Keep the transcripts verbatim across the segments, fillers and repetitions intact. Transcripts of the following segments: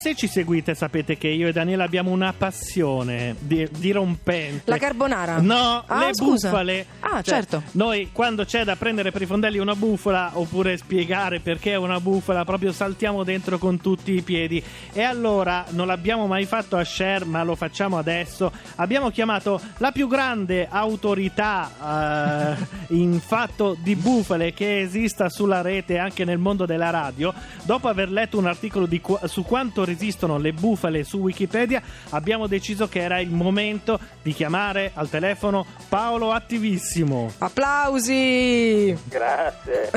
Se ci seguite sapete che io e Daniela abbiamo una passione di, dirompente. La carbonara? No, ah, le scusa. bufale. Ah, cioè, certo. Noi quando c'è da prendere per i fondelli una bufala oppure spiegare perché è una bufala, proprio saltiamo dentro con tutti i piedi. E allora non l'abbiamo mai fatto a Cher, ma lo facciamo adesso. Abbiamo chiamato la più grande autorità uh, in fatto di bufale che esista sulla rete, anche nel mondo della radio. Dopo aver letto un articolo di qu- su quanto resistono le bufale su Wikipedia, abbiamo deciso che era il momento di chiamare al telefono Paolo Attivissimo. Applausi! Grazie.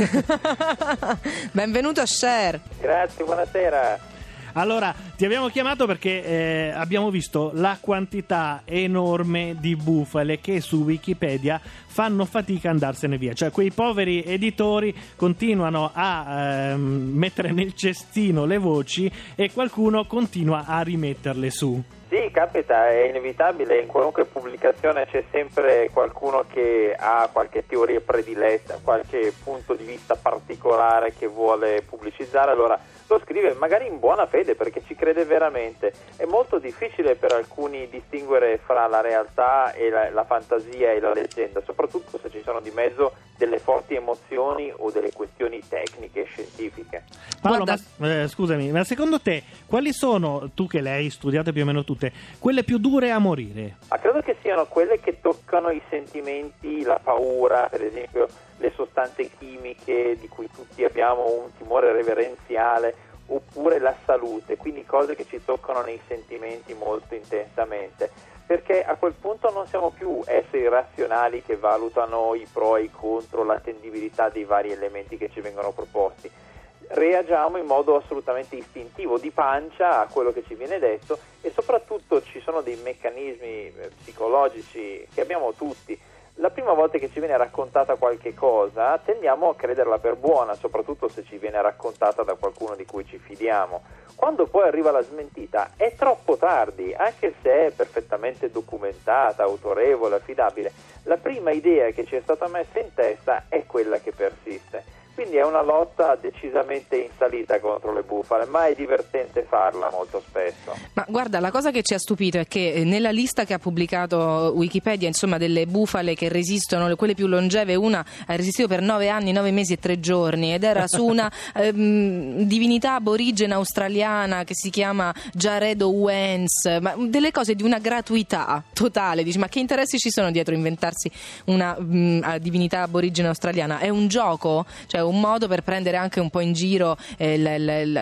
Benvenuto a Cher. Grazie, buonasera. Allora, ti abbiamo chiamato perché eh, abbiamo visto la quantità enorme di bufale che su Wikipedia fanno fatica a andarsene via. Cioè, quei poveri editori continuano a ehm, mettere nel cestino le voci e qualcuno continua a rimetterle su. Sì, capita, è inevitabile, in qualunque pubblicazione c'è sempre qualcuno che ha qualche teoria prediletta, qualche punto di vista particolare che vuole pubblicizzare, allora lo scrive magari in buona fede perché ci crede veramente. È molto difficile per alcuni distinguere fra la realtà e la, la fantasia e la leggenda, soprattutto se ci sono di mezzo delle forti emozioni o delle questioni tecniche e scientifiche. Paolo, ma, eh, scusami, ma secondo te quali sono, tu che le hai studiate più o meno tutte, quelle più dure a morire? Ma credo che siano quelle che toccano i sentimenti, la paura, per esempio le sostanze chimiche di cui tutti abbiamo un timore reverenziale, oppure la salute, quindi cose che ci toccano nei sentimenti molto intensamente, perché a quel punto non siamo più esseri razionali che valutano i pro e i contro, l'attendibilità dei vari elementi che ci vengono proposti. Reagiamo in modo assolutamente istintivo, di pancia a quello che ci viene detto, e soprattutto ci sono dei meccanismi psicologici che abbiamo tutti. La prima volta che ci viene raccontata qualche cosa tendiamo a crederla per buona, soprattutto se ci viene raccontata da qualcuno di cui ci fidiamo. Quando poi arriva la smentita è troppo tardi, anche se è perfettamente documentata, autorevole, affidabile. La prima idea che ci è stata messa in testa è quella che persiste. Quindi è una lotta decisamente in salita contro le bufale, ma è divertente farla molto spesso. Ma guarda, la cosa che ci ha stupito è che nella lista che ha pubblicato Wikipedia, insomma, delle bufale che resistono, quelle più longeve, una ha resistito per nove anni, nove mesi e tre giorni ed era su una ehm, divinità aborigena australiana che si chiama Jared Owens, ma delle cose di una gratuità totale. Dici, ma che interessi ci sono dietro inventarsi una mh, divinità aborigena australiana? È un gioco? Cioè un modo per prendere anche un po' in giro eh, l-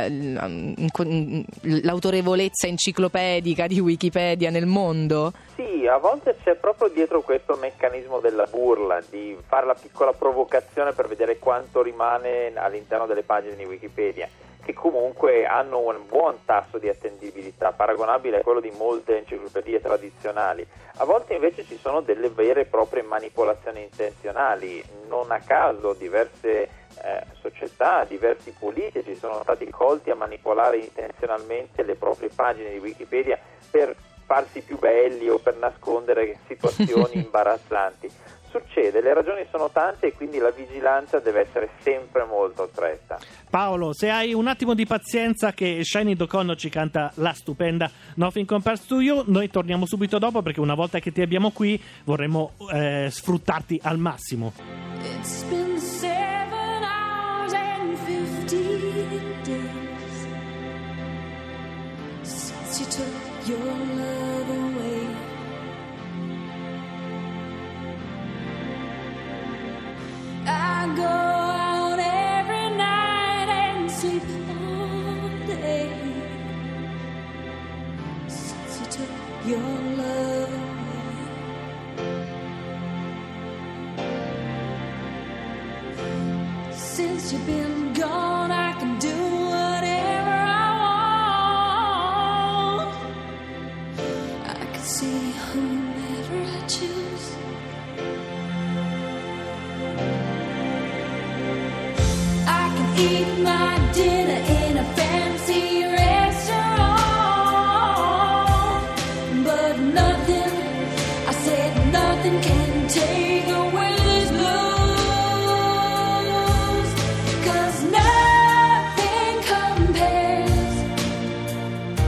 l- l- l'autorevolezza enciclopedica di Wikipedia nel mondo? Sì, a volte c'è proprio dietro questo meccanismo della burla, di fare la piccola provocazione per vedere quanto rimane all'interno delle pagine di Wikipedia, che comunque hanno un buon tasso di attendibilità, paragonabile a quello di molte enciclopedie tradizionali. A volte invece ci sono delle vere e proprie manipolazioni intenzionali. Non a caso diverse eh, società, diversi politici sono stati colti a manipolare intenzionalmente le proprie pagine di Wikipedia per farsi più belli o per nascondere situazioni imbarazzanti. Succede, le ragioni sono tante e quindi la vigilanza deve essere sempre molto stretta. Paolo, se hai un attimo di pazienza che Sinéad O'Connor ci canta la stupenda Nothing Compares to You, noi torniamo subito dopo perché una volta che ti abbiamo qui vorremmo eh, sfruttarti al massimo. It's been seven hours and fifty days since you took your love away. I go out every night and sleep all day since you took your love away. Since you've been gone, I can do whatever I want. I can see whomever I choose. Eat my dinner in a fancy restaurant, but nothing, I said nothing can take away these blues, 'cause nothing compares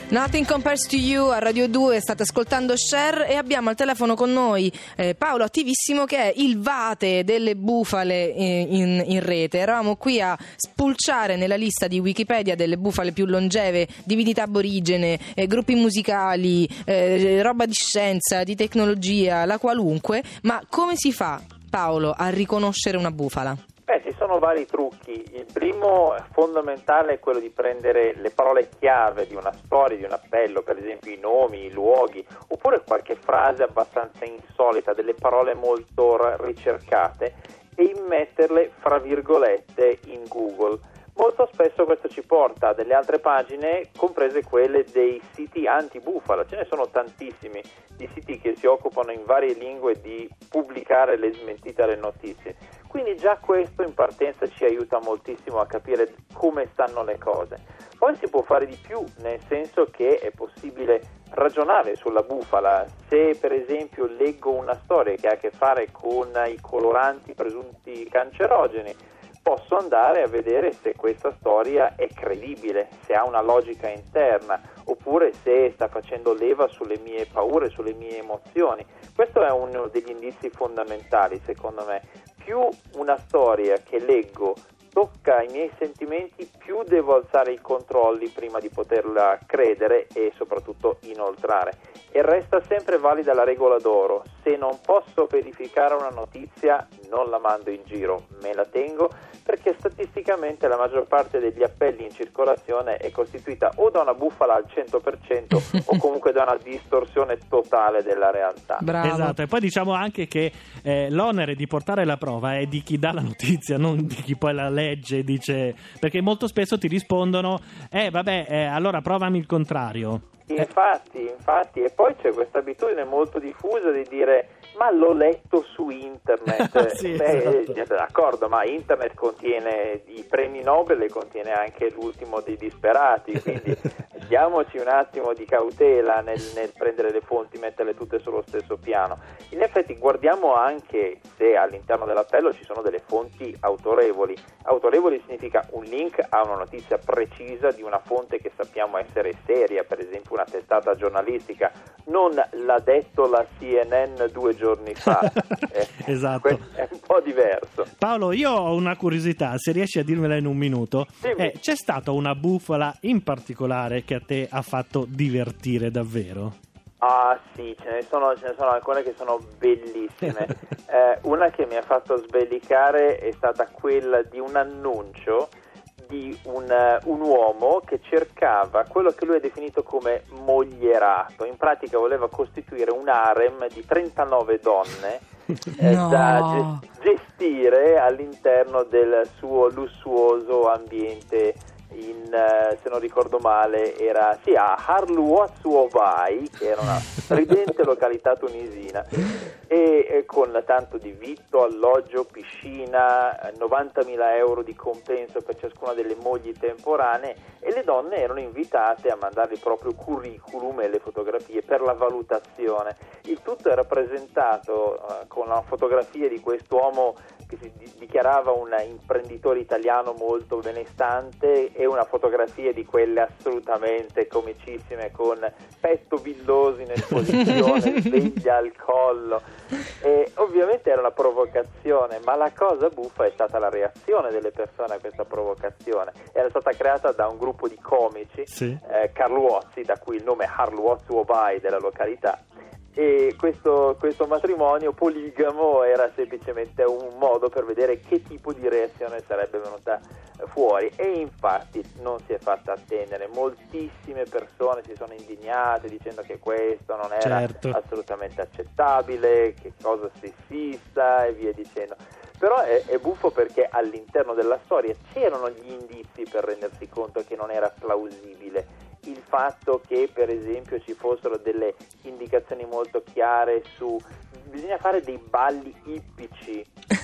Nothing Compares to You a Radio due, state ascoltando Cher e abbiamo al telefono con noi eh, Paolo Attivissimo, che è il vate delle bufale in, in rete. Eravamo qui a spulciare nella lista di Wikipedia delle bufale più longeve, divinità aborigene, eh, gruppi musicali, eh, roba di scienza, di tecnologia, la qualunque. Ma come si fa, Paolo, a riconoscere una bufala? Beh, ci sono vari trucchi. Il primo fondamentale è quello di prendere le parole chiave di una storia, di un appello, per esempio i nomi, i luoghi, oppure qualche frase abbastanza insolita, delle parole molto r- ricercate, e immetterle fra virgolette in Google. Molto spesso questo ci porta a delle altre pagine, comprese quelle dei siti anti-bufala. Ce ne sono tantissimi di siti che si occupano in varie lingue di pubblicare le smentite alle notizie. Quindi già questo in partenza ci aiuta moltissimo a capire come stanno le cose. Poi si può fare di più, nel senso che è possibile ragionare sulla bufala. Se per esempio leggo una storia che ha a che fare con i coloranti presunti cancerogeni, posso andare a vedere se questa storia è credibile, se ha una logica interna, oppure se sta facendo leva sulle mie paure, sulle mie emozioni. Questo è uno degli indizi fondamentali, secondo me. Più una storia che leggo tocca i miei sentimenti, più devo alzare i controlli prima di poterla credere e soprattutto inoltrare. E resta sempre valida la regola d'oro: se non posso verificare una notizia non la mando in giro, me la tengo, perché statisticamente la maggior parte degli appelli in circolazione è costituita o da una bufala al cento per cento o comunque da una distorsione totale della realtà. Bravo. Esatto, e poi diciamo anche che eh, l'onere di portare la prova è di chi dà la notizia, non di chi poi la legge e dice, perché molto spesso ti rispondono eh vabbè eh, allora provami il contrario. Infatti, infatti, e poi c'è questa abitudine molto diffusa di dire ma l'ho letto su internet. Sì, Beh, esatto. D'accordo, ma internet contiene i premi Nobel e contiene anche l'ultimo dei disperati, quindi diamoci un attimo di cautela nel, nel prendere le fonti, metterle tutte sullo stesso piano. In effetti guardiamo anche se all'interno dell'appello ci sono delle fonti autorevoli. Autorevoli significa un link a una notizia precisa di una fonte che sappiamo essere seria, per esempio una testata giornalistica, non l'ha detto la C N N due giorni fa. eh, Esatto. È un po' diverso. Paolo, io ho una curiosità, se riesci a dirmela in un minuto. Eh, c'è stata una bufala in particolare che a te ha fatto divertire davvero? Ah sì, ce ne sono, ce ne sono alcune che sono bellissime. eh, una che mi ha fatto sbellicare è stata quella di un annuncio di un, uh, un uomo che cercava quello che lui ha definito come moglierato. In pratica voleva costituire un harem di trentanove donne eh, No. da ge- gestire all'interno del suo lussuoso ambiente in, uh, se non ricordo male, era sì, a Harlouatsuovai, che era una stridente località tunisina, e, e con tanto di vitto, alloggio, piscina, novantamila euro di compenso per ciascuna delle mogli temporanee, e le donne erano invitate a mandare il proprio curriculum e le fotografie per la valutazione. Il tutto era presentato uh, con la fotografia di quest'uomo che si di- dichiarava un imprenditore italiano molto benestante, e una fotografia di quelle assolutamente comicissime con petto villoso in esposizione, sveglia al collo, e ovviamente era una provocazione, ma la cosa buffa è stata la reazione delle persone a questa provocazione. Era stata creata da un gruppo di comici, Sì. eh, Carluozzi, da cui il nome Harlouatsuovai della località. E questo, questo matrimonio poligamo era semplicemente un modo per vedere che tipo di reazione sarebbe venuta fuori, e infatti non si è fatta attendere. Moltissime persone si sono indignate dicendo che questo non era Certo. assolutamente accettabile, che cosa sessista e via dicendo. Però è, è buffo perché all'interno della storia c'erano gli indizi per rendersi conto che non era plausibile. Il fatto che per esempio ci fossero delle indicazioni molto chiare su bisogna fare dei balli ippici,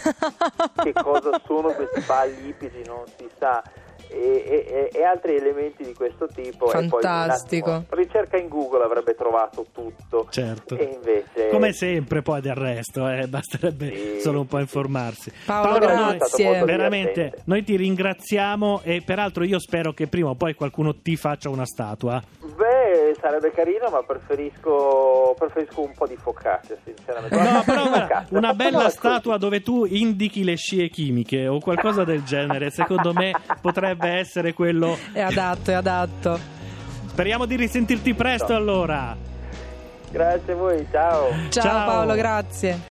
che cosa sono questi balli ippici non si sa, e, e, e altri elementi di questo tipo. Fantastico. E poi un attimo, ricerca in Google avrebbe trovato tutto. Certo. E invece, come sempre poi del resto, eh, basterebbe Sì, solo un po' sì. informarsi. Paolo, noi- grazie. veramente divertente. noi ti ringraziamo, e peraltro io spero che prima o poi qualcuno ti faccia una statua. Beh, sculture sarebbe carino, ma preferisco preferisco un po' di focaccia, sinceramente. No, però guarda, Focaccia, una bella facciamola statua dove tu indichi le scie chimiche o qualcosa del genere, secondo me potrebbe essere quello. È adatto, è adatto. Speriamo di risentirti presto allora. Grazie a voi, ciao. Ciao, Ciao. Paolo, grazie.